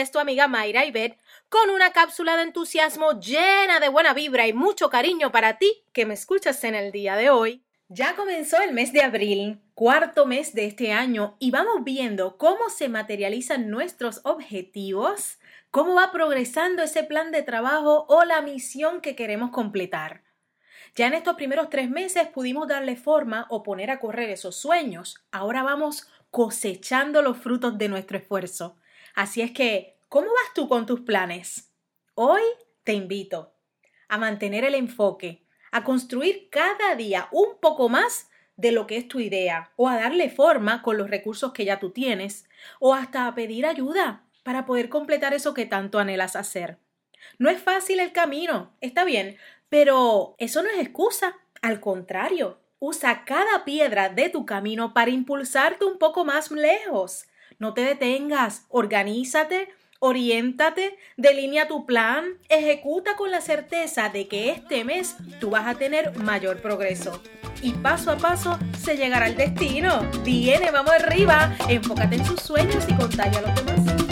es tu amiga Mayra Ibet con una cápsula de entusiasmo llena de buena vibra y mucho cariño para ti que me escuchas en el día de hoy. Ya comenzó el mes de abril, cuarto mes de este año, y vamos viendo cómo se materializan nuestros objetivos, cómo va progresando ese plan de trabajo o la misión que queremos completar. Ya en estos primeros 3 meses pudimos darle forma o poner a correr esos sueños. Ahora vamos cosechando los frutos de nuestro esfuerzo. Así es que, ¿cómo vas tú con tus planes? Hoy te invito a mantener el enfoque, a construir cada día un poco más de lo que es tu idea, o a darle forma con los recursos que ya tú tienes, o hasta a pedir ayuda para poder completar eso que tanto anhelas hacer. No es fácil el camino, está bien, pero eso no es excusa. Al contrario, usa cada piedra de tu camino para impulsarte un poco más lejos. No te detengas, organízate, oriéntate, delinea tu plan, ejecuta con la certeza de que este mes tú vas a tener mayor progreso. Y paso a paso se llegará al destino. Viene, vamos arriba, enfócate en tus sueños y contagia a los demás.